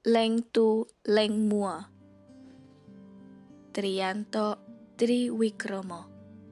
Leng Tu Leng Mua, Triyanto Triwikromo.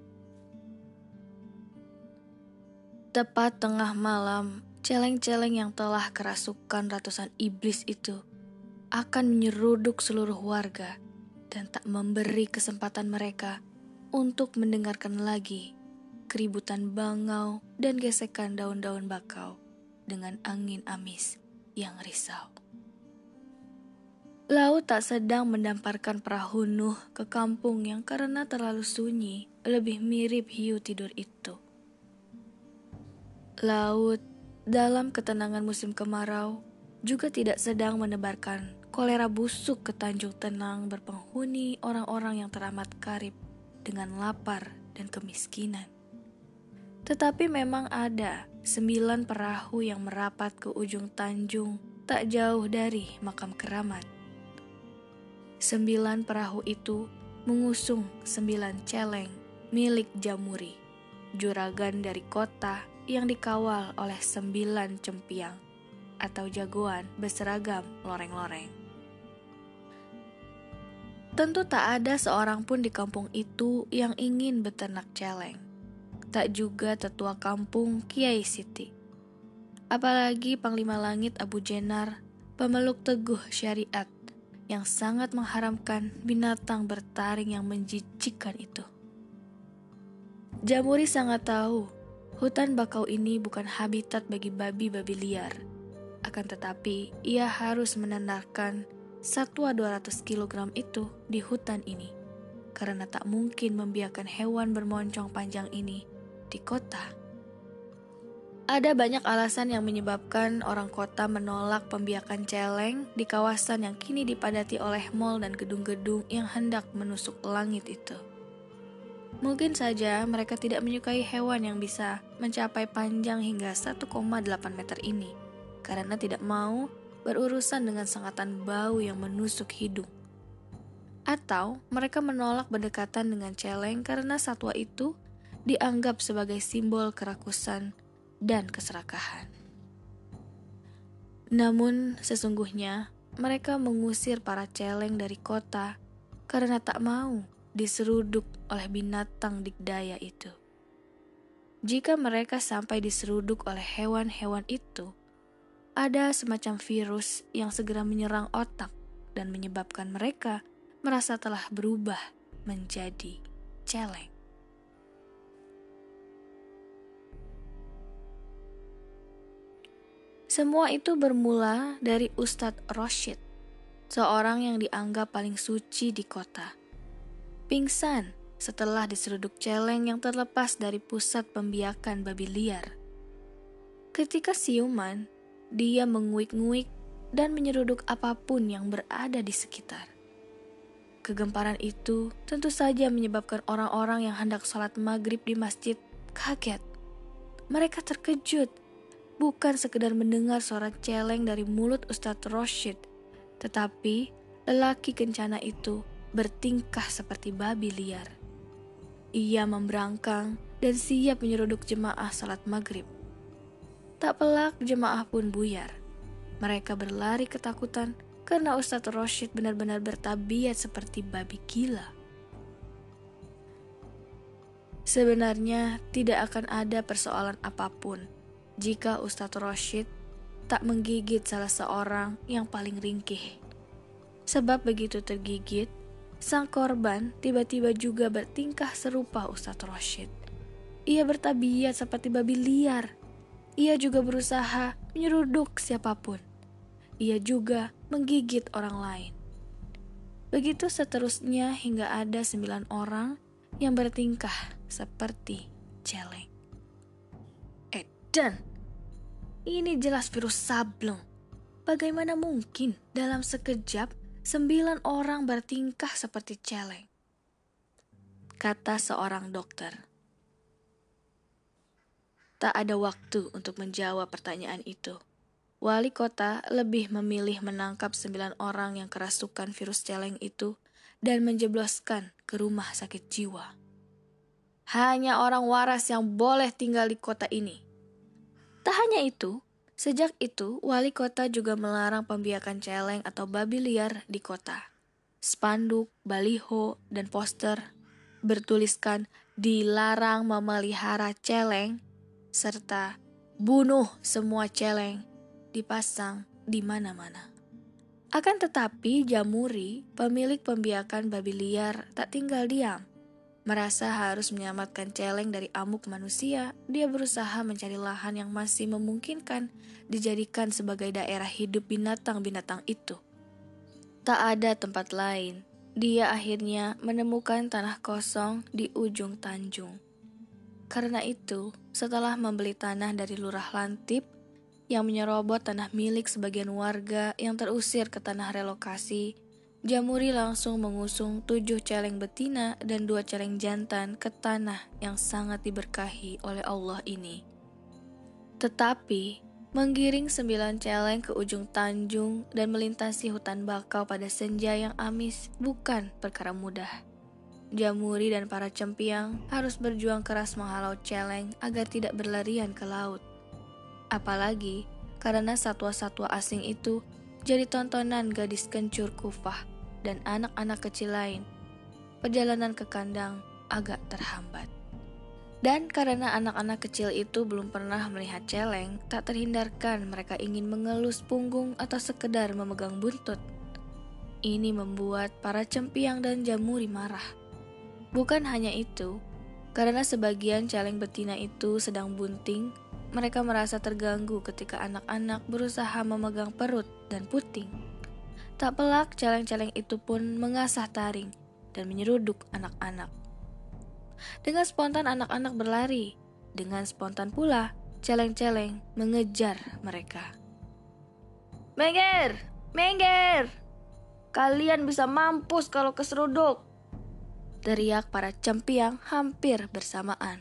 Tepat tengah malam, celeng-celeng yang telah kerasukan ratusan iblis itu akan menyeruduk seluruh warga dan tak memberi kesempatan mereka untuk mendengarkan lagi keributan bangau dan gesekan daun-daun bakau dengan angin amis yang risau. Laut tak sedang mendamparkan perahu Nuh ke kampung yang karena terlalu sunyi lebih mirip hiu tidur itu. Laut dalam ketenangan musim kemarau juga tidak sedang menebarkan kolera busuk ke Tanjung Tenang berpenghuni orang-orang yang teramat karib dengan lapar dan kemiskinan. Tetapi memang ada 9 perahu yang merapat ke ujung tanjung tak jauh dari makam keramat. 9 perahu itu mengusung 9 celeng milik Jamuri, juragan dari kota yang dikawal oleh 9 cempiang atau jagoan berseragam loreng-loreng. Tentu tak ada seorang pun di kampung itu yang ingin beternak celeng. Tak juga tetua kampung Kiai Siti. Apalagi Panglima Langit Abu Jenar, pemeluk teguh syariat yang sangat mengharamkan binatang bertaring yang menjijikkan itu. Jamuri sangat tahu hutan bakau ini bukan habitat bagi babi-babi liar. Akan tetapi ia harus menenarkan satwa 200 kg itu di hutan ini, karena tak mungkin membiarkan hewan bermoncong panjang ini di kota. Ada banyak alasan yang menyebabkan orang kota menolak pembiakan celeng di kawasan yang kini dipadati oleh mal dan gedung-gedung yang hendak menusuk langit itu. Mungkin saja mereka tidak menyukai hewan yang bisa mencapai panjang hingga 1,8 meter ini, karena tidak mau berurusan dengan sengatan bau yang menusuk hidung. Atau mereka menolak berdekatan dengan celeng karena satwa itu dianggap sebagai simbol kerakusan dan keserakahan. Namun sesungguhnya mereka mengusir para celeng dari kota karena tak mau diseruduk oleh binatang dikdaya itu. Jika mereka sampai diseruduk oleh hewan-hewan itu, ada semacam virus yang segera menyerang otak dan menyebabkan mereka merasa telah berubah menjadi celeng. Semua itu bermula dari Ustadz Roshid, seorang yang dianggap paling suci di kota. Pingsan setelah diseruduk celeng yang terlepas dari pusat pembiakan babi liar. Ketika siuman, dia menguik-nguik dan menyeruduk apapun yang berada di sekitar. Kegemparan itu tentu saja menyebabkan orang-orang yang hendak sholat maghrib di masjid kaget. Mereka terkejut, bukan sekedar mendengar suara celeng dari mulut Ustadz Roshid, tetapi lelaki kencana itu bertingkah seperti babi liar. Ia memberangkang dan siap menyeruduk jemaah salat maghrib. Tak pelak jemaah pun buyar. Mereka berlari ketakutan karena Ustadz Roshid benar-benar bertabiat seperti babi gila. Sebenarnya tidak akan ada persoalan apapun jika Ustadz Roshid tak menggigit salah seorang yang paling ringkih. Sebab begitu tergigit, sang korban tiba-tiba juga bertingkah serupa Ustadz Roshid. Ia bertabiat seperti babi liar. Ia juga berusaha menyeruduk siapapun. Ia juga menggigit orang lain. Begitu seterusnya hingga ada 9 orang yang bertingkah seperti celeng. Dan ini jelas virus sableng. Bagaimana mungkin dalam sekejap 9 orang bertingkah seperti celeng? Kata seorang dokter. Tak ada waktu untuk menjawab pertanyaan itu. Wali kota lebih memilih menangkap 9 orang yang kerasukan virus celeng itu dan menjebloskan ke rumah sakit jiwa. Hanya orang waras yang boleh tinggal di kota ini. Tak hanya itu, Sejak itu, wali kota juga melarang pembiakan celeng atau babi liar di kota. Spanduk, baliho, dan poster bertuliskan dilarang memelihara celeng serta bunuh semua celeng dipasang di mana-mana. Akan tetapi Jamuri, pemilik pembiakan babi liar, tak tinggal diam. Merasa harus menyelamatkan celeng dari amuk manusia, dia berusaha mencari lahan yang masih memungkinkan dijadikan sebagai daerah hidup binatang-binatang itu. Tak ada tempat lain, dia akhirnya menemukan tanah kosong di ujung Tanjung. Karena itu, setelah membeli tanah dari Lurah Lantip yang menyerobot tanah milik sebagian warga yang terusir ke tanah relokasi, Jamuri langsung mengusung 7 celeng betina dan 2 celeng jantan ke tanah yang sangat diberkahi oleh Allah ini. Tetapi, menggiring 9 celeng ke ujung Tanjung dan melintasi hutan bakau pada senja yang amis bukan perkara mudah. Jamuri dan para cempiang harus berjuang keras menghalau celeng agar tidak berlarian ke laut. Apalagi karena satwa-satwa asing itu jadi tontonan gadis kencur Kufah dan anak-anak kecil lain. Perjalanan ke kandang agak terhambat. Dan karena anak-anak kecil itu belum pernah melihat celeng, tak terhindarkan mereka ingin mengelus punggung atau sekedar memegang buntut. Ini membuat para cempiang dan Jamuri marah. Bukan hanya itu, karena sebagian celeng betina itu sedang bunting, mereka merasa terganggu ketika anak-anak berusaha memegang perut dan puting. Tak pelak celeng-celeng itu pun mengasah taring dan menyeruduk anak-anak. Dengan spontan anak-anak berlari, dengan spontan pula celeng-celeng mengejar mereka. "Mengger! Mengger! Kalian bisa mampus kalau keseruduk!" teriak para cempiang hampir bersamaan.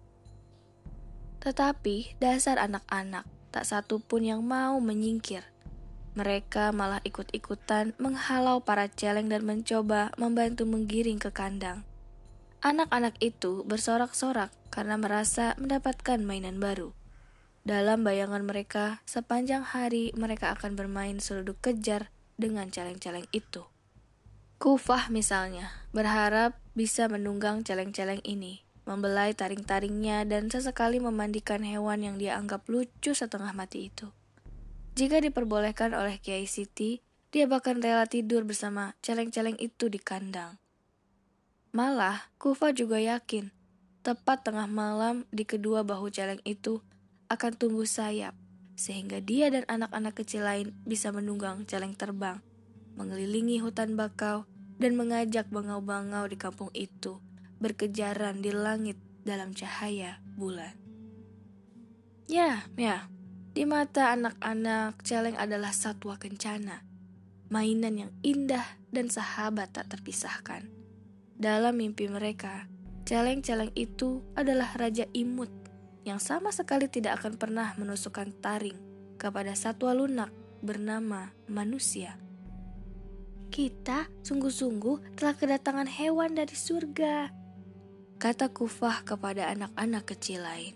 Tetapi dasar anak-anak tak satu pun yang mau menyingkir. Mereka malah ikut-ikutan menghalau para celeng dan mencoba membantu menggiring ke kandang. Anak-anak itu bersorak-sorak karena merasa mendapatkan mainan baru. Dalam bayangan mereka, sepanjang hari mereka akan bermain seluduk kejar dengan celeng-celeng itu. Kufah misalnya berharap bisa menunggang celeng-celeng ini, membelai taring-taringnya dan sesekali memandikan hewan yang dia anggap lucu setengah mati itu. Jika diperbolehkan oleh Kiai Siti, dia bahkan rela tidur bersama celeng-celeng itu di kandang. Malah, Kufa juga yakin, tepat tengah malam di kedua bahu celeng itu akan tumbuh sayap, sehingga dia dan anak-anak kecil lain bisa menunggang celeng terbang, mengelilingi hutan bakau, dan mengajak bangau-bangau di kampung itu berkejaran di langit dalam cahaya bulan. Ya, di mata anak-anak, celeng adalah satwa kencana, mainan yang indah dan sahabat tak terpisahkan. Dalam mimpi mereka, celeng-celeng itu adalah raja imut yang sama sekali tidak akan pernah menusukkan taring kepada satwa lunak bernama manusia. "Kita sungguh-sungguh telah kedatangan hewan dari surga," kata Kufah kepada anak-anak kecil lain.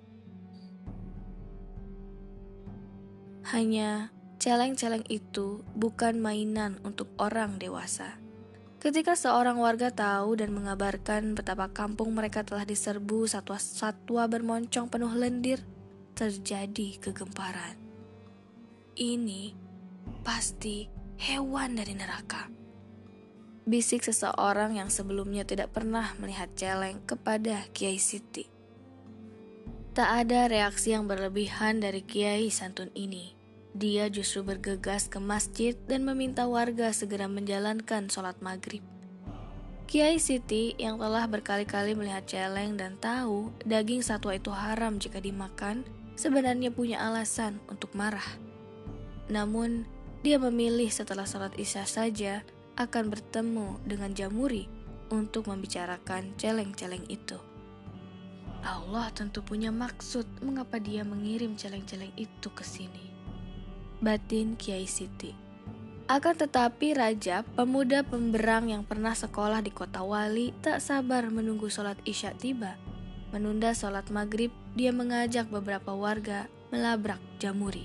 Hanya celeng-celeng itu bukan mainan untuk orang dewasa. Ketika seorang warga tahu dan mengabarkan betapa kampung mereka telah diserbu satwa-satwa bermoncong penuh lendir, terjadi kegemparan. "Ini pasti hewan dari neraka," bisik seseorang yang sebelumnya tidak pernah melihat celeng kepada Kiai Siti. Tak ada reaksi yang berlebihan dari Kiai santun ini. Dia justru bergegas ke masjid dan meminta warga segera menjalankan sholat maghrib. Kiai Siti yang telah berkali-kali melihat celeng dan tahu daging satwa itu haram jika dimakan, sebenarnya punya alasan untuk marah. Namun, dia memilih setelah sholat isya saja akan bertemu dengan Jamuri untuk membicarakan celeng-celeng itu. Allah tentu punya maksud mengapa dia mengirim celeng-celeng itu ke sini, batin Kiai Siti. Akan tetapi Rajab, pemuda pemberang yang pernah sekolah di kota Wali, tak sabar menunggu sholat isya tiba. Menunda sholat maghrib, dia mengajak beberapa warga melabrak Jamuri.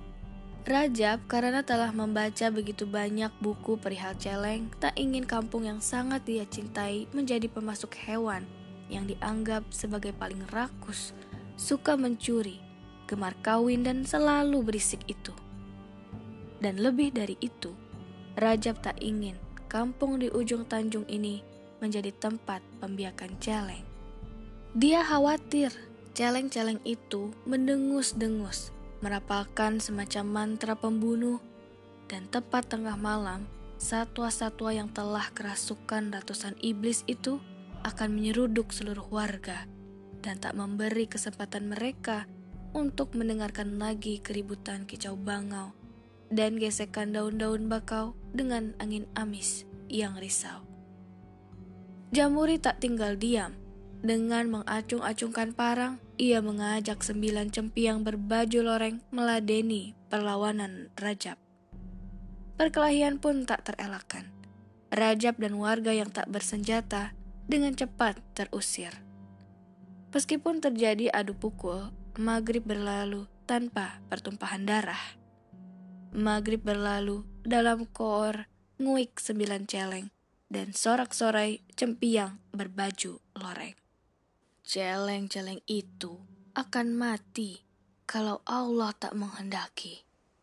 Rajab karena telah membaca begitu banyak buku perihal celeng, tak ingin kampung yang sangat dia cintai menjadi pemasuk hewan yang dianggap sebagai paling rakus, suka mencuri, gemar kawin dan selalu berisik itu. Dan lebih dari itu, Rajab tak ingin kampung di ujung Tanjung ini menjadi tempat pembiakan celeng. Dia khawatir celeng-celeng itu mendengus-dengus, merapalkan semacam mantra pembunuh, dan tepat tengah malam, satwa-satwa yang telah kerasukan ratusan iblis itu akan menyeruduk seluruh warga dan tak memberi kesempatan mereka untuk mendengarkan lagi keributan kicau bangau dan gesekan daun-daun bakau dengan angin amis yang risau. Jamuri tak tinggal diam. Dengan mengacung-acungkan parang, ia mengajak 9 cempiang berbaju loreng meladeni perlawanan Rajab. Perkelahian pun tak terelakkan. Rajab dan warga yang tak bersenjata dengan cepat terusir. Meskipun terjadi adu pukul, maghrib berlalu tanpa pertumpahan darah. Maghrib berlalu dalam koor nguik 9 celeng dan sorak-sorai cempiang berbaju loreng. Celeng-celeng itu akan mati kalau Allah tak menghendaki,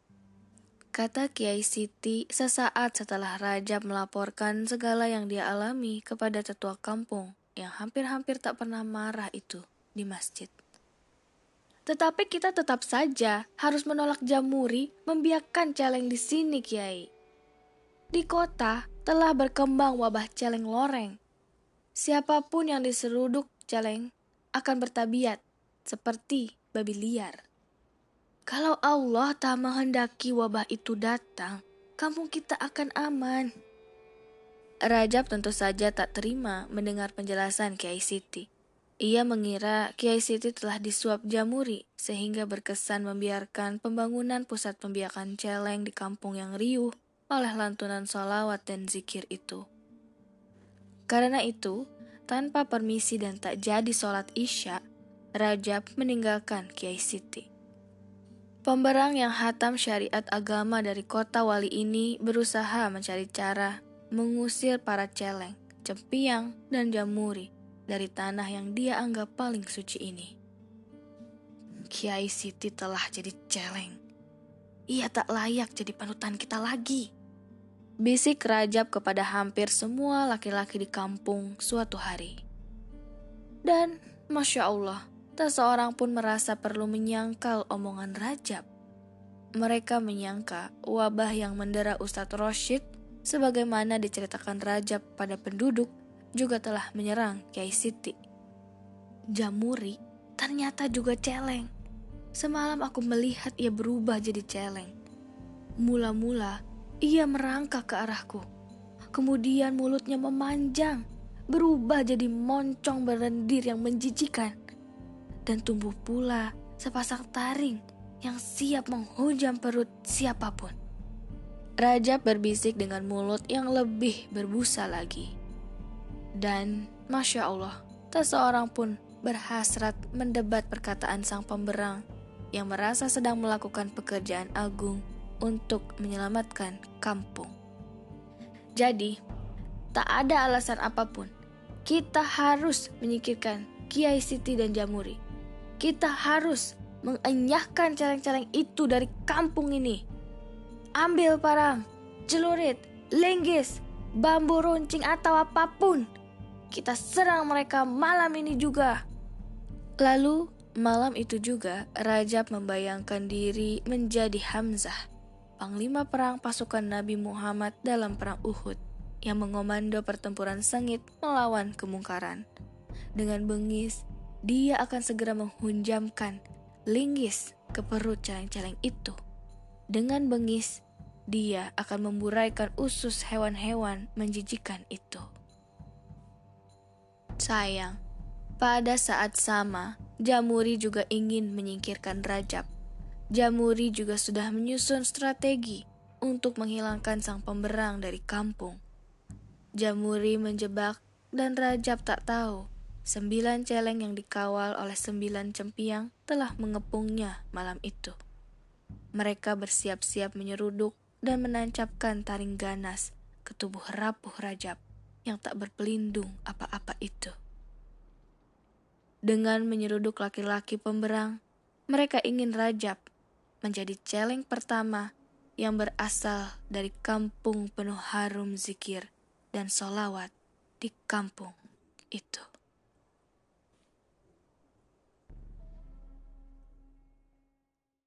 kata Kiai Siti sesaat setelah Rajab melaporkan segala yang dia alami kepada tetua kampung yang hampir-hampir tak pernah marah itu di masjid. Tetapi kita tetap saja harus menolak Jamuri membiarkan celeng di sini, Kiai. Di kota telah berkembang wabah celeng loreng. Siapapun yang diseruduk celeng akan bertabiat seperti babi liar. Kalau Allah tak menghendaki wabah itu datang, kampung kita akan aman. Rajab tentu saja tak terima mendengar penjelasan Kiai Siti. Ia mengira Kiai Siti telah disuap Jamuri sehingga berkesan membiarkan pembangunan pusat pembiakan celeng di kampung yang riuh oleh lantunan sholawat dan zikir itu. Karena itu, tanpa permisi dan tak jadi sholat isya, Rajab meninggalkan Kiai Siti. Pemberang yang hatam syariat agama dari kota wali ini berusaha mencari cara mengusir para celeng, cempiang, dan Jamuri dari tanah yang dia anggap paling suci ini. Kiai Siti telah jadi celeng. Ia tak layak jadi panutan kita lagi, bisik Rajab kepada hampir semua laki-laki di kampung suatu hari. Dan Masya Allah, tak seorang pun merasa perlu menyangkal omongan Rajab. Mereka menyangka wabah yang mendera Ustadz Roshid, sebagaimana diceritakan Rajab pada penduduk, juga telah menyerang Kiai Siti. Jamuri ternyata juga celeng. Semalam aku melihat ia berubah jadi celeng. Mula-mula ia merangkak ke arahku. Kemudian mulutnya memanjang, berubah jadi moncong berendir yang menjijikan. Dan tumbuh pula sepasang taring yang siap menghujam perut siapapun. Rajab berbisik dengan mulut yang lebih berbusa lagi. Dan Masya Allah, tak seorang pun berhasrat mendebat perkataan sang pemberang yang merasa sedang melakukan pekerjaan agung untuk menyelamatkan kampung. Jadi, tak ada alasan apapun. Kita harus menyingkirkan Kiai Siti dan Jamuri. Kita harus mengenyahkan celeng-celeng itu dari kampung ini. Ambil parang, celurit, linggis, bambu runcing atau apapun. Kita serang mereka malam ini juga. Lalu malam itu juga Rajab membayangkan diri menjadi Hamzah, panglima perang pasukan Nabi Muhammad dalam perang Uhud, yang mengomando pertempuran sengit melawan kemungkaran. Dengan bengis, dia akan segera menghunjamkan linggis ke perut celeng-celeng itu. Dengan bengis, dia akan memburaikan usus hewan-hewan menjijikan itu. Sayang, pada saat sama, Jamuri juga ingin menyingkirkan Rajab. Jamuri juga sudah menyusun strategi untuk menghilangkan sang pemberang dari kampung. Jamuri menjebak dan Rajab tak tahu 9 celeng yang dikawal oleh 9 cempiang telah mengepungnya malam itu. Mereka bersiap-siap menyeruduk dan menancapkan taring ganas ke tubuh rapuh Rajab yang tak berpelindung apa-apa itu. Dengan menyeruduk laki-laki pemberang, mereka ingin Rajab menjadi celeng pertama yang berasal dari kampung penuh harum zikir dan solawat di kampung itu.